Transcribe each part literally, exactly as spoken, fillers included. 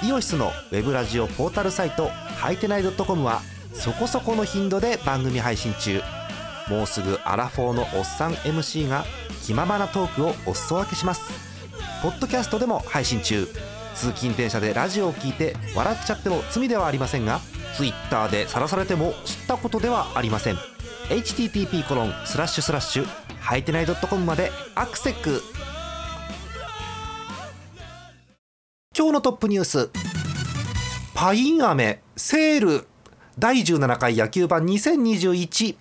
イオシスのウェブラジオポータルサイトはいてない .com はそこそこの頻度で番組配信中。もうすぐアラフォーのおっさん エムシー が気ままなトークをお裾分けします。ポッドキャストでも配信中。通勤電車でラジオを聞いて笑っちゃっても罪ではありませんが、ツイッターで晒されても知ったことではありません。 エイチティーティーピーコロンスラッシュスラッシュはいてない .com までアクセック。今日のトップニュース、パインアメセールだいじゅうななかい野球盤にせんにじゅういち。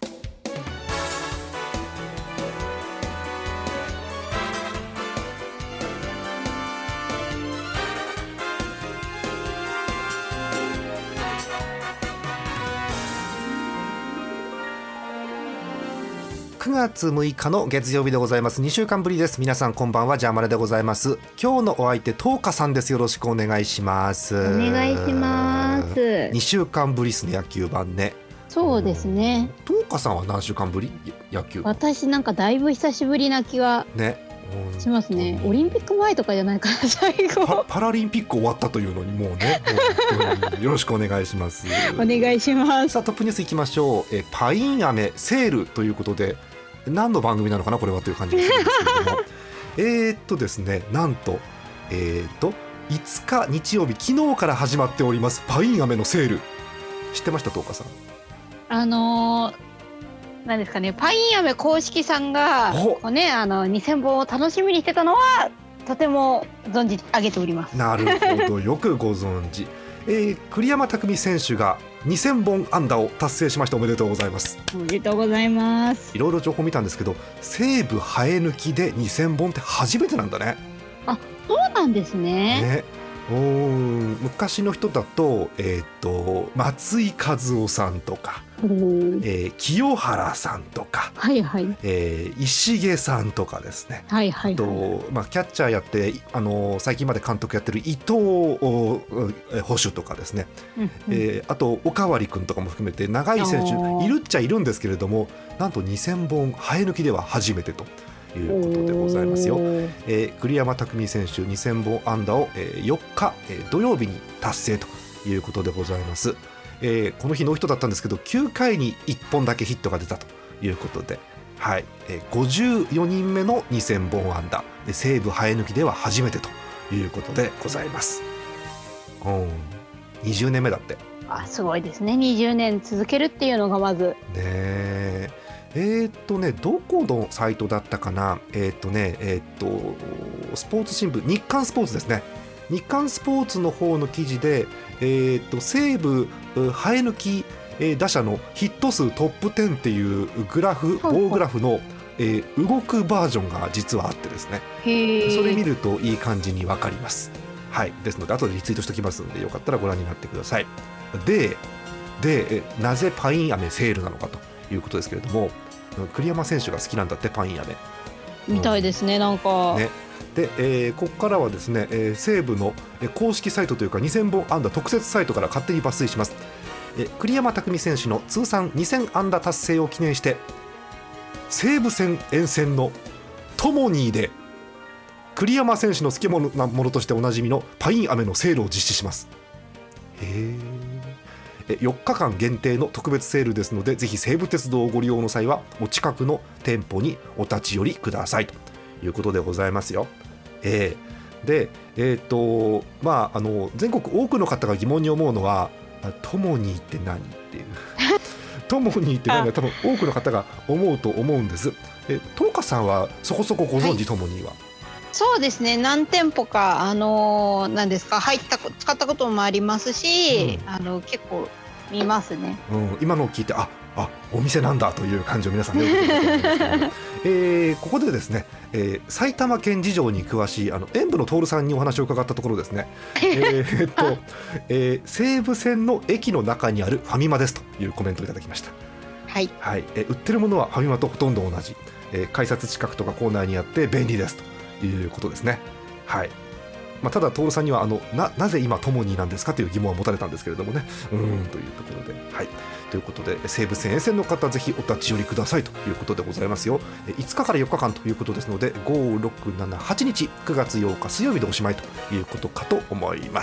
くがつむいかの月曜日でございます。にしゅうかんぶりです。皆さんこんばんは、ジャーマネでございます。今日のお相手、トーカさんです。よろしくお願いします。 お願いします。 にしゅうかんぶりですね、野球盤ね。 そうですね。 トーカさんは何週間ぶり野球？ 私なんかだいぶ久しぶりな気がしますね。オリンピック前とかじゃないかな、最後パ, パラリンピック終わったというのにもうねよろしくお願いします。 お願いします。 さあトップニュースいきましょう。えパインアメセールということで、何の番組なのかなこれはという感じがするんですけれどもえーっとですねなんとえーっといつか日曜日、昨日から始まっておりますパインアメのセール、知ってました？トーカさん。 あのー、何ですかね、パインアメ公式さんがこう、ね、あのにせんぼんを楽しみにしてたのはとても存じ上げております。 なるほど、よくご存知えー、栗山巧選手がにせんぼん安打を達成しました。おめでとうございます。 おめでとうございます。 いろいろ情報見たんですけど、西武生え抜きでにせんぼんって初めてなんだね。 あ、そうなんですね。 ね、お昔の人だと、えー、と松井稼頭さんとか、えー、清原さんとか、 はいはい、 えー、石毛さんとかですね、 はいはいはい、 とまあ、キャッチャーやって、あのー、最近まで監督やってる伊藤捕手とかですね、うんうん、えー、あとおかわりくんとかも含めて長い選手いるっちゃいるんですけれども、なんとにせんぼん生え抜きでは初めてということでございますよ。えー、栗山巧選手にせんぼん安打を、えー、よっか、えー、土曜日に達成ということでございます。えー、この日ノーヒットだったんですけどきゅうかいにいっぽんだけヒットが出たということで、はい、えー、ごじゅうよにんめのにせんぼん安打、西武生え抜きでは初めてということでございます。うん、にじゅうねんめだって。 あ、すごいですね。にじゅうねん続けるっていうのがまずねええー、っとねどこのサイトだったかな、えー、っとねえー、っとスポーツ新聞、日刊スポーツですね。日刊スポーツの方の記事で、えー、っと西武生え抜き打者のヒット数トップじゅうっていうグラフ、棒グラフの、えー、動くバージョンが実はあってですね、へそれ見るといい感じに分かります。はい、ですので後でリツイートしておきますのでよかったらご覧になってください。で、でなぜパインアメセールなのかということですけれども、栗山選手が好きなんだってパインアメみたいですね、なんかね。で、えー、ここからはですね、えー、西武の公式サイトというかにせんぼん安打特設サイトから勝手に抜粋します。えー、栗山巧選手の通算にせん安打達成を記念して西武戦沿線のトモニーで栗山選手の好きなものとしておなじみのパインアメのセールを実施します。へー、よっかかん限定の特別セールですので、ぜひ西武鉄道をご利用の際はお近くの店舗にお立ち寄りくださいということでございますよ。えー、で、えーとまあ、あの全国多くの方が疑問に思うのはトモニーって何っていうトモニーって何が多分多くの方が思うと思うんです。えトーカさんはそこそこご存知、はい、トモニーは。 そうですね、何店舗か、あのー、何ですか入った使ったこともありますし、うん、あの結構見ますね、 うん、今のを聞いてああお店なんだという感じを皆さんね受けてると思うんですけどえー、ここでですね、えー、埼玉県事情に詳しいあの演武の徹さんにお話を伺ったところですねえーっと、えー、西武線の駅の中にあるファミマですというコメントをいただきました。はい、はい、えー、売ってるものはファミマとほとんど同じ、えー、改札近くとかコーナーにあって便利ですということですね。はい、まあ、ただ徹さんにはあの な, なぜ今トモニーなんですかという疑問は持たれたんですけれどもね、うーんというところで、はい、ということで西武線沿線の方ぜひお立ち寄りくださいということでございますよ。いつかからよっかかんということですのでご、ろく、しち、はちにちくがつようか水曜日でおしまいということかと思います。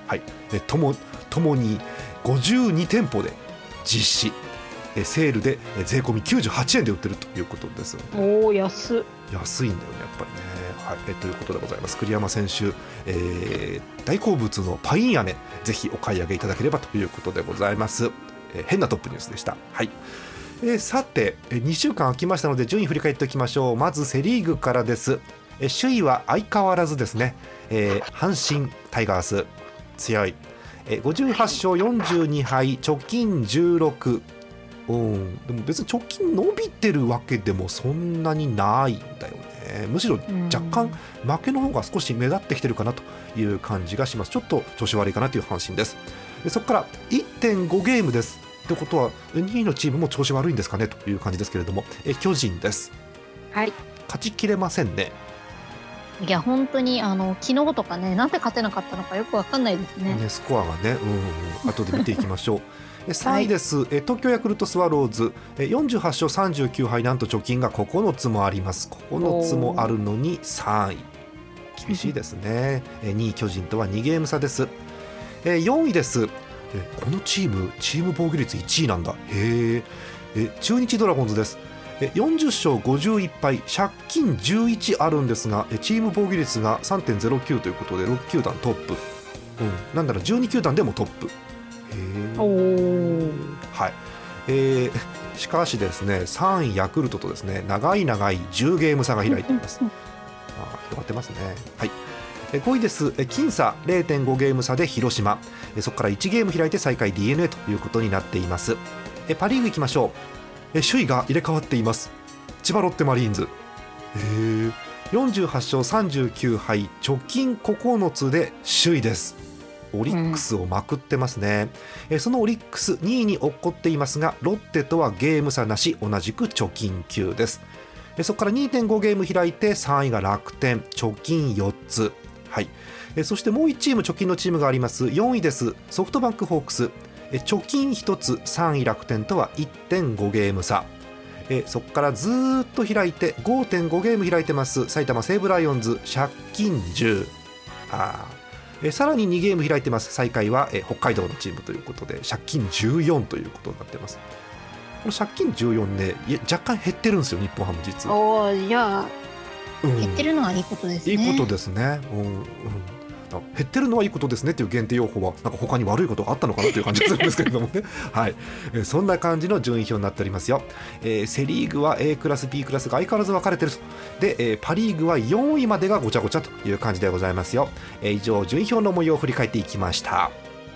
はい、えともともにごじゅうにてんぽで実施、えセールで税込みきゅうじゅうはちえんで売ってるということですので、 おー安安いんだよねやっぱりね、はい、えということでございます。栗山選手、えー、大好物のパイン飴ぜひお買い上げいただければということでございます。えー、変なトップニュースでした。はい、えー、さてにしゅうかん空きましたので順位振り返っておきましょう。まずセリーグからです。えー、首位は相変わらずですね、えー、阪神タイガース強い、えー、ごじゅうはちしょうよんじゅうにはい、貯金じゅうろく、うん、でも別に貯金伸びてるわけでもそんなにないんだよね。むしろ若干負けの方が少し目立ってきてるかなという感じがします。ちょっと調子悪いかなという阪神です。でそこから いってんご ゲームですってことはにいのチームも調子悪いんですかねという感じですけれども、え巨人です。 はい、 勝ちきれませんね。 いや本当にあの昨日とかね、なんで勝てなかったのかよく分かんないです ね, ねスコアがね、うんうん、後で見ていきましょう。さんいです、はい、東京ヤクルトスワローズよんじゅうはちしょうさんじゅうきゅうはい、なんと貯金がここのつもあります。ここのつもあるのにさんい、厳しいですね。にい巨人とはにゲーム差です。よんいです。このチームチーム防御率いちいなんだ。へえ、中日ドラゴンズです。よんじゅっしょうごじゅういっぱい、借金じゅういちあるんですがチーム防御率が さんてんゼロきゅう ということでろっきゅうだんトップ、うん、なんならじゅうにきゅうだんでもトップ。へー、はい、えー、しかしですねさんいヤクルトとですね長い長いじゅうゲーム差が開いています。あ、広がってますね。はい、ごいです。僅差 れいてんご ゲーム差で広島、そこからいちゲーム開いて最下位 ディーエヌエー ということになっています。パリーグいきましょう。首位が入れ替わっています。千葉ロッテマリーンズ、へー、よんじゅうはちしょうさんじゅうきゅうはい、貯金ここのつで首位です。オリックスをまくってますね、うん、そのオリックスにいに落っこっていますがロッテとはゲーム差なし、同じく貯金きゅうです。そこから にてんご ゲーム開いてさんいが楽天、貯金よっつ、はい、そしてもういちチーム貯金のチームがあります。よんいです。ソフトバンクホークス、貯金ひとつ、さんい楽天とは いってんご ゲーム差、そこからずっと開いて ごてんご ゲーム開いてます埼玉西武ライオンズ、借金じゅう、あえさらににゲーム開いてます最下位はえ北海道のチームということで借金じゅうよんということになってます。この借金じゅうよんね、いや若干減ってるんですよ日本ハム実は。 おー、じゃあ、うん、減ってるのはいいことですね。 いいことですね、うんうん、減ってるのはいいことですねっていう限定用法はなんか他に悪いことがあったのかなという感じがするんですけれどもねはい、えそんな感じの順位表になっておりますよ。えー、セリーグは A クラス B クラスが相変わらず分かれてると。で、えー、パリーグはよんいまでがごちゃごちゃという感じでございますよ。えー、以上順位表の模様を振り返っていきました。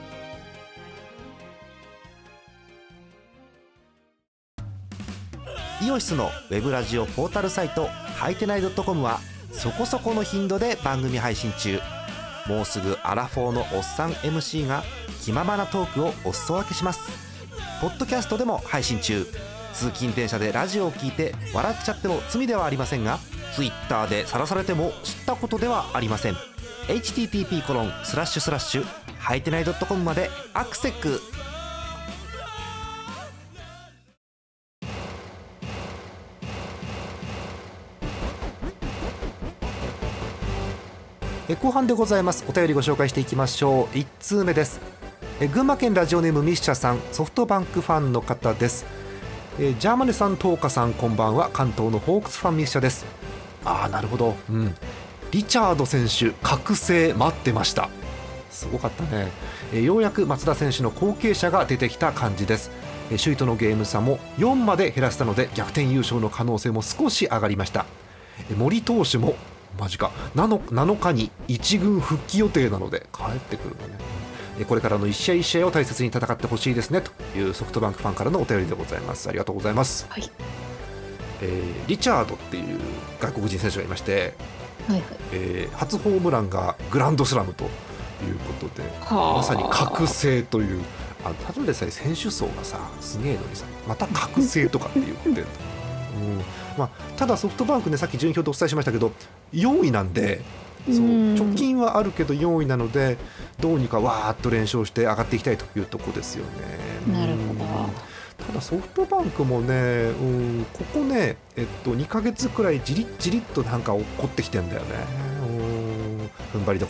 イオシスのウェブラジオポータルサイトはいてない .com はそこそこの頻度で番組配信中。もうすぐアラフォーのおっさん エムシー が気ままなトークをお裾分けします。ポッドキャストでも配信中。通勤電車でラジオを聞いて笑っちゃっても罪ではありませんが、ツイッターで晒されても知ったことではありません。 エイチティーティーピーコロンスラッシュスラッシュはいてない .com までアクセック。後半でございます。お便りご紹介していきましょう。いち通目です。群馬県ラジオネームミッシャさん、ソフトバンクファンの方です。ジャーマネさん、トーカさん、こんばんは。関東のホークスファンミッシャです。ああ、なるほど、うん、リチャード選手覚醒待ってました。すごかったね。ようやく松田選手の後継者が出てきた感じです。首位とのゲーム差もよんまで減らしたので逆転優勝の可能性も少し上がりました。森投手もマジか なの, なのかに一軍復帰予定なので帰ってくるのね。これからの一試合一試合を大切に戦ってほしいですねというソフトバンクファンからのお便りでございます。ありがとうございます、はい。えー、リチャードっていう外国人選手がいまして、はいはい、えー、初ホームランがグランドスラムということでまさに覚醒という、あのただでさえ選手層がさすげえのにさまた覚醒とかって言ってんのうんまあ、ただソフトバンクね、さっき順位表でお伝えしましたけどよんいなんで、そう貯金はあるけどよんいなのでどうにかわーっと連勝して上がっていきたいというところですよね。 なるほど。 ただソフトバンクもね、うん、ここね、えっと、にかげつくらいじりっじりっとなんか起こってきてんだよね。うん、踏ん張りどころと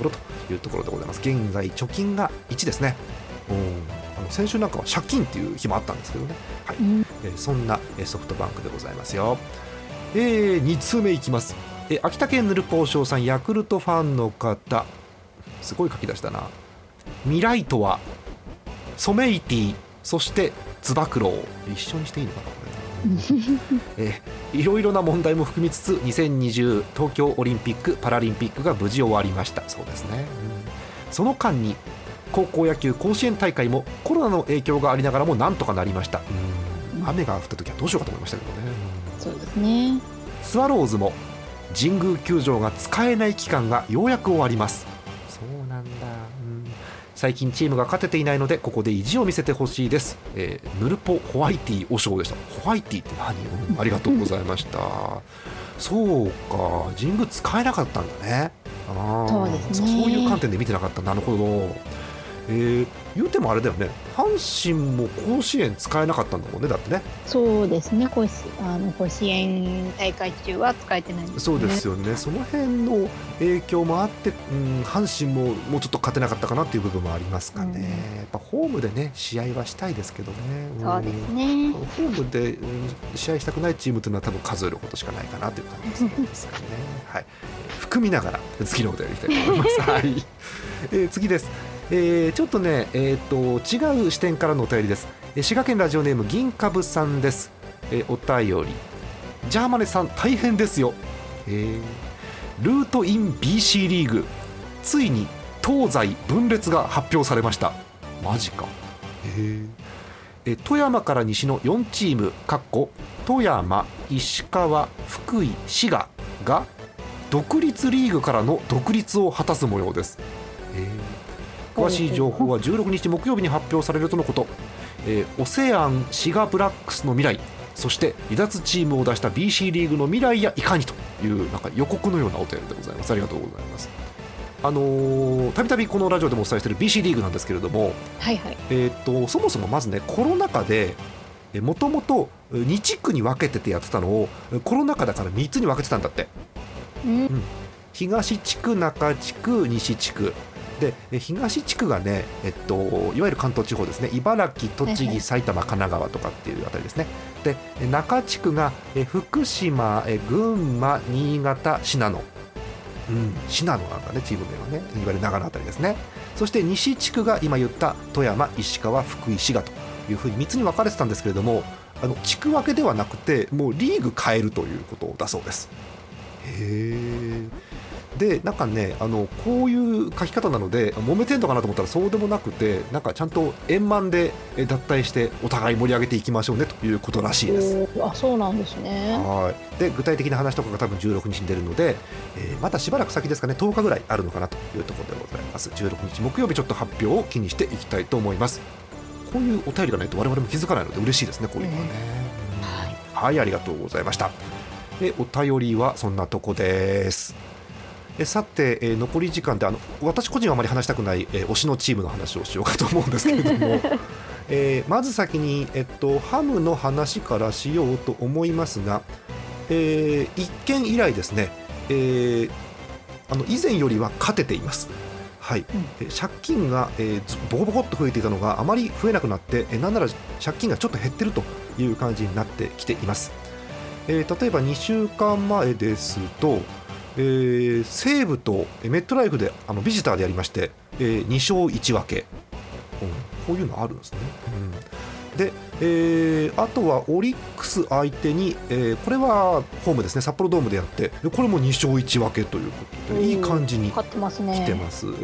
いうところでございます。現在貯金がいちですね。うん、あの先週なんかは借金っていう日もあったんですけどね、はい、うん、えー、そんなソフトバンクでございますよ。えー、に通目いきます。えー、秋田県ぬるぽうしょうさん、ヤクルトファンの方、すごい書き出したな。ミライトはソメイティ、そしてつば九郎、一緒にしていいのかなこれえー、いろいろな問題も含みつつにせんにじゅう東京オリンピック・パラリンピックが無事終わりました。そうですね、うん、その間に高校野球甲子園大会もコロナの影響がありながらもなんとかなりました。うん、雨が降った時はどうしようかと思いましたけどね。 そうですね。 スワローズも神宮球場が使えない期間がようやく終わります。そうなんだ、うん、最近チームが勝てていないのでここで意地を見せてほしいです。えー、ヌルポホワイティお賞でした。ホワイティって何、うん、ありがとうございましたそうか、神宮使えなかったんだね。あ、そうですね、そういう観点で見てなかった。なるほど。えー、言うてもあれだよね、阪神も甲子園使えなかったんだもんね。だってね。 そうですね、甲子、あの甲子園大会中は使えてないんですね。 そうですよね。その辺の影響もあって、うん、阪神ももうちょっと勝てなかったかなっていう部分もありますかね、うん、やっぱホームでね試合はしたいですけどね、 うん、そうですね。 ホームで、うん、試合したくないチームというのは多分数えることしかないかなという感じですかねはい、含みながら次のお便りいきたいと思いますはい、えー、次です。えー、ちょっとね、えー、と違う視点からのお便りです。滋賀県ラジオネーム銀株さんです。えー、お便り、ジャーマネさん大変ですよ、えー、ルートイン ビーシー リーグついに東西分裂が発表されました。マジか。えーえ富山から西のよんチームかっこ富山、石川、福井、滋賀が独立リーグからの独立を果たす模様です。えー詳しい情報はじゅうろくにち木曜日に発表されるとのこと。えー、オセアン滋賀ブラックスの未来、そして離脱チームを出した ビーシー リーグの未来やいかにというなんか予告のようなお便りでございます。ありがとうございます。あのー、たびたびこのラジオでもお伝えしている ビーシー リーグなんですけれども、 はいはい、 えー、とそもそもまずねコロナ禍でもともとに地区に分けててやってたのをコロナ禍だからみっつに分けてたんだって、うんうん、東地区、中地区、西地区で、東地区がね、えっと、いわゆる関東地方ですね。茨城、栃木、埼玉、神奈川とかっていうあたりですね。で、中地区が福島、群馬、新潟、信濃、うん、信濃なんだね、チーム名はね、いわゆる長野あたりですね。そして西地区が今言った富山、石川、福井、滋賀というふうにみっつに分かれてたんですけれども、あの地区分けではなくてもうリーグ変えるということだそうです。へー。でなんかね、あのこういう書き方なので揉めてんのかなと思ったらそうでもなくて、なんかちゃんと円満で脱退してお互い盛り上げていきましょうねということらしいです。 あ、そうなんですね。 はい。で具体的な話とかが多分じゅうろくにちに出るので、えー、またしばらく先ですかね、とおかぐらいあるのかなというところでございます。じゅうろくにち木曜日ちょっと発表を気にしていきたいと思います。こういうお便りがないと我々も気づかないので嬉しいですね、こういうのはね、えー、はい、はい、ありがとうございました。でお便りはそんなとこです。えさて、えー、残り時間であの私個人はあまり話したくない、えー、推しのチームの話をしようかと思うんですけれども、えー、まず先に、えっと、ハムの話からしようと思いますが、えー、一見以来ですね、えー、あの以前よりは勝てています。はい、うん、借金が、えー、ボコボコっと増えていたのがあまり増えなくなって、えー、なんなら借金がちょっと減ってるという感じになってきています。えー、例えばにしゅうかんまえですと、えー、西武とメットライフであのビジターでやりまして、えー、にしょういち分け、うん、こういうのあるんですね、うん、で、えー、あとはオリックス相手に、えー、これはホームですね、札幌ドームでやって、これもにしょういち分けということでいい感じに来てます。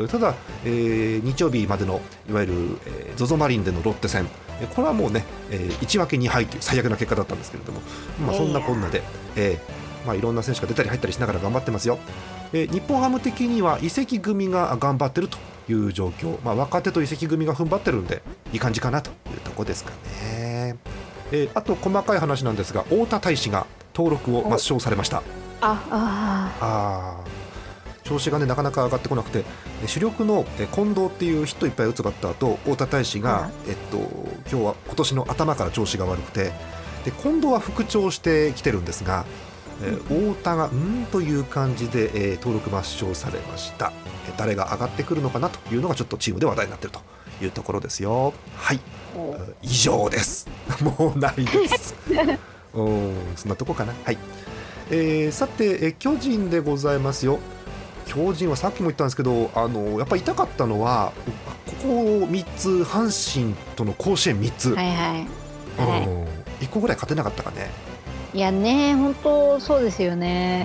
ただ、えー、日曜日までのいわゆる、えー、ゾゾマリンでのロッテ戦、これはもうね、えー、いち分けにはいという最悪な結果だったんですけれども、まあ、そんなこんなで、えーまあ、いろんな選手が出たり入ったりしながら頑張ってますよ。えー、日本ハム的には移籍組が頑張ってるという状況、まあ、若手と移籍組が踏ん張ってるんでいい感じかなというところですかね。えー、あと細かい話なんですが、太田大使が登録を抹消されました。あああ調子がねなかなか上がってこなくて、主力の近藤っていうヒットいっぱい打つバッターと太田大使が、えっと、今日は今年の頭から調子が悪くて、で近藤は復調してきてるんですが、 えー、太田がうんという感じで、えー、登録抹消されました。えー、誰が上がってくるのかなというのがちょっとチームで話題になっているというところですよ。はい、以上です。もうないですうんそんなとこかな。はい、えー、さて、えー、巨人でございますよ。巨人はさっきも言ったんですけど、あのやっぱり痛かったのはここみっつ、阪神との甲子園みっつ、 はいはいはい、 いっこぐらい勝てなかったかね。 いやね、本当そうですよね。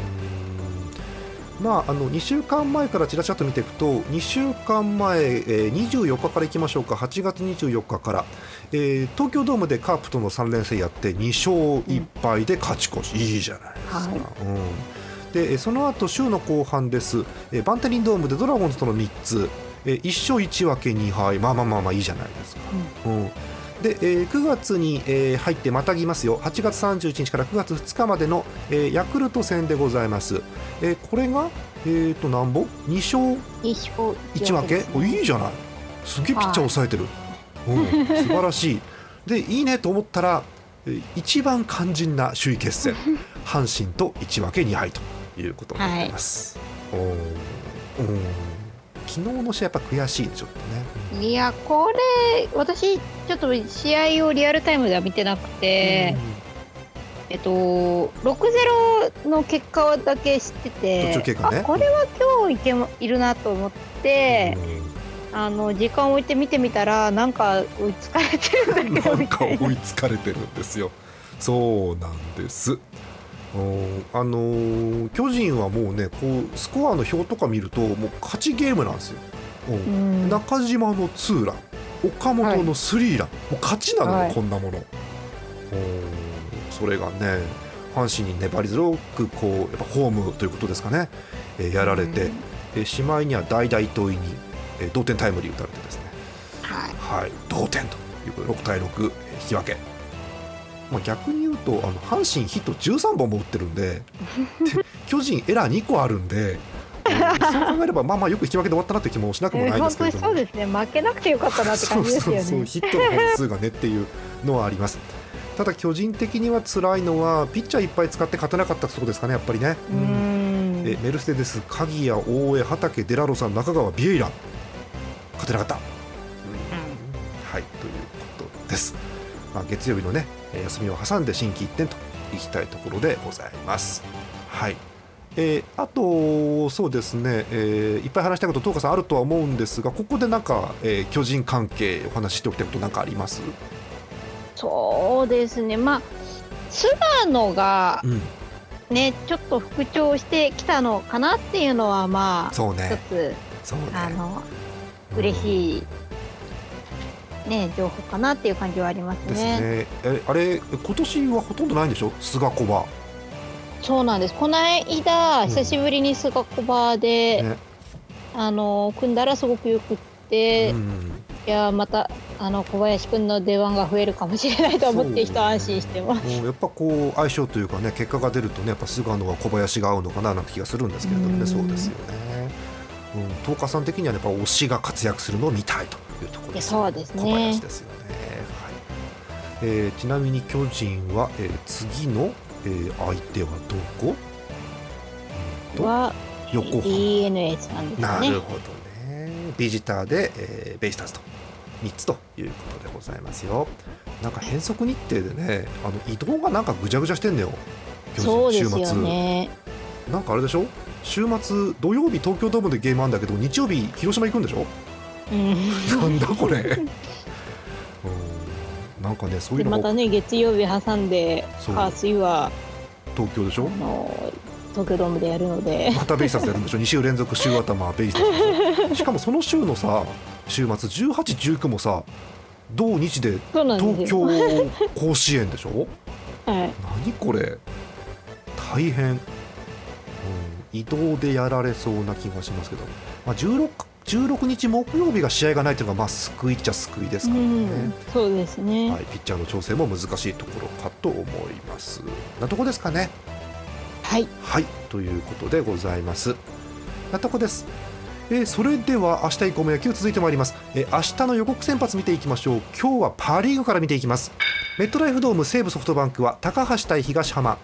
まあ、あのにしゅうかんまえからちらちらっと見ていくと、にしゅうかんまえ、えー、にじゅうよっかからいきましょうか。はちがつにじゅうよっかから、えー、東京ドームでカープとのさん連戦やってにしょういっぱいで勝ち越し、うん、いいじゃないですか、はい、うん、でその後週の後半です。バンテリンドームでドラゴンズとのみっつ、いっしょういちわけにはい、まあまあまあまあいいじゃないですか、うんうん、で、えー、くがつに、えー、入ってまたぎますよ。はちがつさんじゅういちにちからくがつふつかまでの、えー、ヤクルト戦でございます。えー、これが、えー、となんぼにしょういちわけ、ね、おいいじゃない、すげえピッチャー抑えてる、はい、うん、素晴らしいでいいねと思ったら、一番肝心な首位決戦阪神といちわけにはいということになっています、はい、おお昨日の試合やっぱ悔しいちょっとね。 いやこれ私ちょっと試合をリアルタイムでは見てなくて、うん、えっとろくたいゼロの結果だけ知ってて、途中経過ね、あこれは今日いけ、いるなと思って、うん、あの時間を置いて見てみたらなんか追いつかれてるんだけどみたいななんか追いつかれてるんですよ。そうなんです。あのー、巨人はもうねこうスコアの表とか見るともう勝ちゲームなんですよ。うん、中島のツーラン、岡本のスリーラン、はい、もう勝ちなのよ、はい、こんなもの。それがね阪神に粘り強くこうやっぱホームということですかね、えー、やられて、えー、しまいには代々糸井に、えー、同点タイムリー打たれてですね、はいはい、同点ということでろくたいろく、えー、引き分け。まあ、逆に言うとあの阪神ヒットじゅうさんぼんも打ってるんで巨人エラーにこあるんでそう考えればまあまあよく引き分けで終わったなって気もしなくもないんですけれども、 えー、本当にそうですね、負けなくてよかったなって感じですよね。 そうそうそう、ヒットの本数がねっていうのはあります。ただ巨人的には辛いのはピッチャーいっぱい使って勝てなかったところですかね、やっぱりね。うん、えメルセデス、鍵谷、大江、畠、デラロサ、中川、ビエイラ勝てなかった、うん、はいということです。まあ、月曜日のね休みを挟んで心機一転といきたいところでございます。はい、えー、あとそうですね、えー、いっぱい話したいこと東花さんあるとは思うんですが、ここでなんか、えー、巨人関係お話ししておきたいことなんかあります？ そうですね、まあ菅野が、うんね、ちょっと復調してきたのかなっていうのはまあそう、ね、一つそう、ね、あの嬉しい、うんね、情報かなっていう感じはありますね。ですね。 えあれ今年はほとんどないんでしょ、菅小葉。 そうなんです。この間、うん、久しぶりに菅小葉で、ね、あの組んだらすごくよくって、うん、いやまたあの小林君の出番が増えるかもしれないと思って一安心してます。 やっぱこう相性というかね、結果が出るとねやっぱ菅野は小林が合うのかななんて気がするんですけれどもね。そうですよね。うん、東花さん的には、ね、やっぱ推しが活躍するのを見たいというところです、ね、 そうですね。 小林ですよね。はい、えー、ちなみに巨人は、えー、次の、えー、相手はどこ、 えー、は横浜 ディーエヌエー さんですね。 なるほどね。ビジターで、えー、ベイスターズとみっつということでございますよ。なんか変則日程でね、あの移動がなんかぐちゃぐちゃしてんだよ巨人。 そうですよね。 なんかあれでしょ、週末土曜日東京ドームでゲームあるんだけど日曜日広島行くんでしょ、うん、なんだこれうんなんかねそういうのでまたね月曜日挟んで火水は東京でしょ、 あの東京ドームでやるのでまたベイスターズやるんでしょに週連続週頭ベイスターズしかもその週のさ週末じゅうはち、じゅうくもさ同日で東京甲子園でしょはい、何これ大変、うん、移動でやられそうな気がしますけど、まあ、じゅうろく、じゅうろくにち木曜日が試合がないというのがまあ救いっちゃ救いですからね、うん、 そうですね、 はい、ピッチャーの調整も難しいところかと思いますなとこですかね。 はい、 はい、ということでございますなとこです。えー、それでは明日以降も野球続いてまいります。えー、明日の予告先発見ていきましょう。今日はパ・リーグから見ていきます。メットライフドーム西武ソフトバンクは高橋対東浜、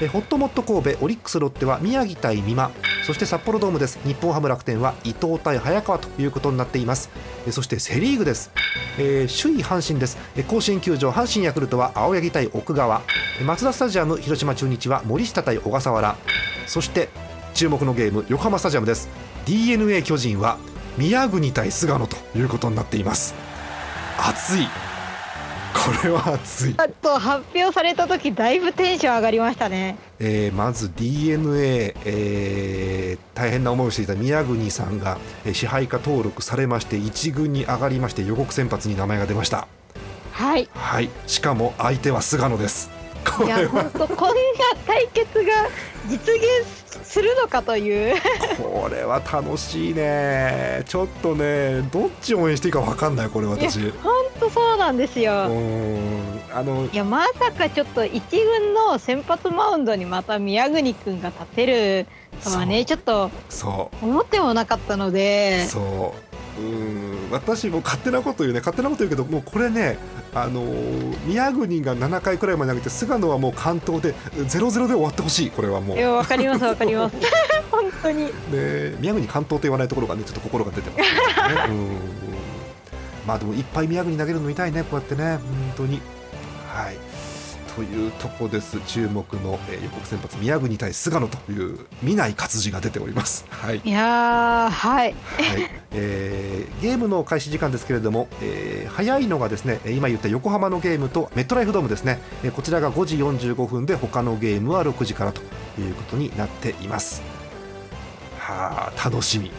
えホットモット神戸、オリックスロッテは宮城対美馬、そして札幌ドームです。日本ハム楽天は伊藤対早川ということになっています。えそしてセリーグです。えー、首位阪神です。え甲子園球場、阪神ヤクルトは青柳対奥川、マツダスタジアム広島中日は森下対小笠原、そして注目のゲーム横浜スタジアムです。 ディーエヌエー 巨人は宮國対菅野ということになっています。熱い、これは熱い。 あと発表された時だいぶテンション上がりましたね。 えー、まず ディーエヌエー、えー、大変な思いをしていた宮國さんが、えー、支配下登録されまして一軍に上がりまして、予告先発に名前が出ました。 はい、 はい、しかも相手は菅野です。 いや本当こんな対決が実現するのかというこれは楽しいね。ちょっとね、どっち応援していいか分かんない、これ私。 本当そうなんですよ。 うんあのいやまさかちょっと一軍の先発マウンドにまた宮國君が立てるとはね、ちょっと思ってもなかったので。 そううん私も勝手なこと言うね勝手なこと言うけど、もうこれね、あのー、宮國がななかいくらいまで投げて、菅野はもう完投で ゼロゼロ で終わってほしい。これはもう、 いや分かります分かります本当にね、宮國完投と言わないところがね、ちょっと心が出てますねうんまあでもいっぱい宮國投げるの見たいね、こうやってね、本当に。はいというとこです。注目の、えー、予告先発宮國対菅野という見ない活字が出ております。はい、 いやー、はい、はいえー、ゲームの開始時間ですけれども、えー、早いのがですね、今言った横浜のゲームとメットライフドームですね、えー、こちらがごじよんじゅうごふんで、他のゲームはろくじからということになっています。はあ、楽しみ。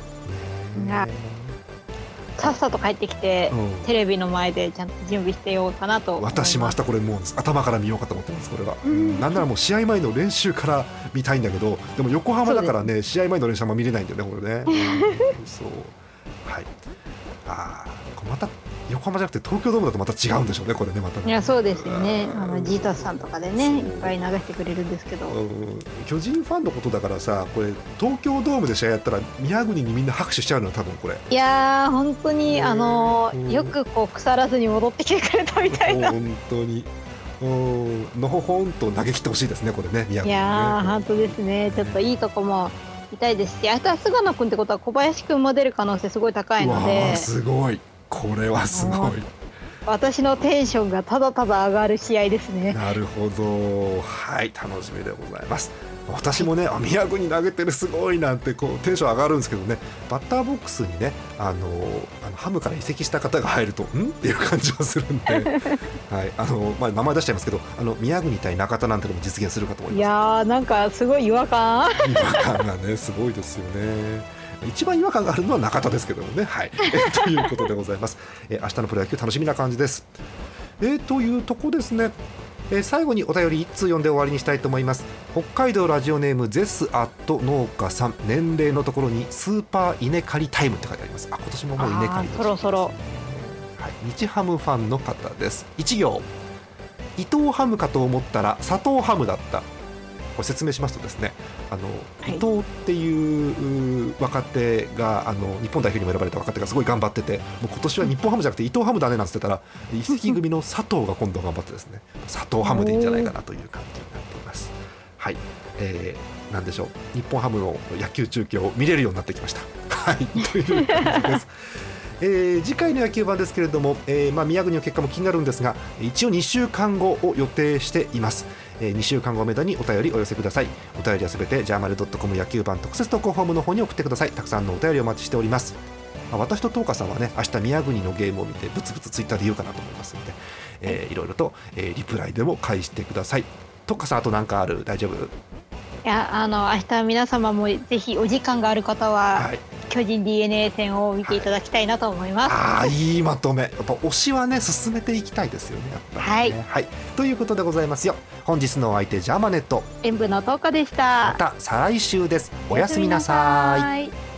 さっさと帰ってきて、うん、テレビの前でちゃんと準備してようかなと思います。 私も明日これもう頭から見ようかと思ってます。これは、うん、なんならもう試合前の練習から見たいんだけど、でも横浜だからね、試合前の練習は見れないんだよね、これね、うん、そうはいあまた横浜じゃなくて東京ドームだとまた違うんでしょうね、これね、またね。 いやそうですよね、あのジータスさんとかでねいっぱい流してくれるんですけど、うん、 巨人ファンのことだからさ、これ東京ドームで試合やったら宮國にみんな拍手しちゃうのよ、多分これ。 いやー本当にあのー、よくこう腐らずに戻ってきてくれたみたいな、 本当にのほほんと投げ切ってほしいですね、これね、宮國ね。 いやー本当ですね、ちょっといいとこも見たいですし、あとは菅野君ってことは小林君も出る可能性すごい高いので、 うわすごい、これはすごい。 私のテンションがただただ上がる試合ですね。 なるほど、はい、楽しみでございます。私もね、あ宮國投げてるすごいなんてこうテンション上がるんですけどね、バッターボックスにね、あのあのハムから移籍した方が入るとんっていう感じがするんで、はいあのまあ、名前出しちゃいますけど、あの宮國対中田なんてのも実現するかと思います。 いやーなんかすごい違和感違和感がねすごいですよね。一番違和感があるのは中田ですけどもね、はいということでございます。え明日のプロ野球楽しみな感じです。えー、というとこですね。えー、最後にお便りいっつう読んで終わりにしたいと思います。北海道ラジオネームゼスアット農家さん、年齢のところにスーパー稲刈りタイムって書いてあります。あ、今年ももう稲刈り、 そろそろ、 はい、日ハムファンの方です。いち行、伊藤ハムかと思ったら佐藤ハムだった。これ説明しますとですね、あの、はい、伊藤っていう若手があの日本代表にも選ばれた若手がすごい頑張ってて、もう今年は日本ハムじゃなくて伊藤ハムだねなんて言ってたら、移籍組の佐藤が今度頑張ってですね佐藤ハムでいいんじゃないかなという感じになっています。はい、えー、なんでしょう、日本ハムの野球中継を見れるようになってきました。はいという感じです。えー、次回の野球版ですけれども、えーまあ、宮國の結果も気になるんですが、一応にしゅうかんごを予定しています。えー、にしゅうかんごをめどにお便りお寄せください。お便りはすべてジャーマルドットコム野球版特設投稿フォームの方に送ってください。たくさんのお便りをお待ちしております。まあ、私と東花さんはね、明日宮國のゲームを見てブツブツツイッターで言うかなと思いますので、えー、いろいろと、えー、リプライでも返してください。東花さん、あと何かある？大丈夫？ いや、あの明日皆様もぜひお時間がある方は、はい、巨人 ディーエヌエー 戦を見ていただきたいなと思います。 はい、あ、いいまとめ。やっぱ推しはね進めていきたいですよね、やっぱりね。はい、はい、ということでございますよ。本日のお相手ジャーマネット演舞の東花でした。 また再来週です。おやすみなさい。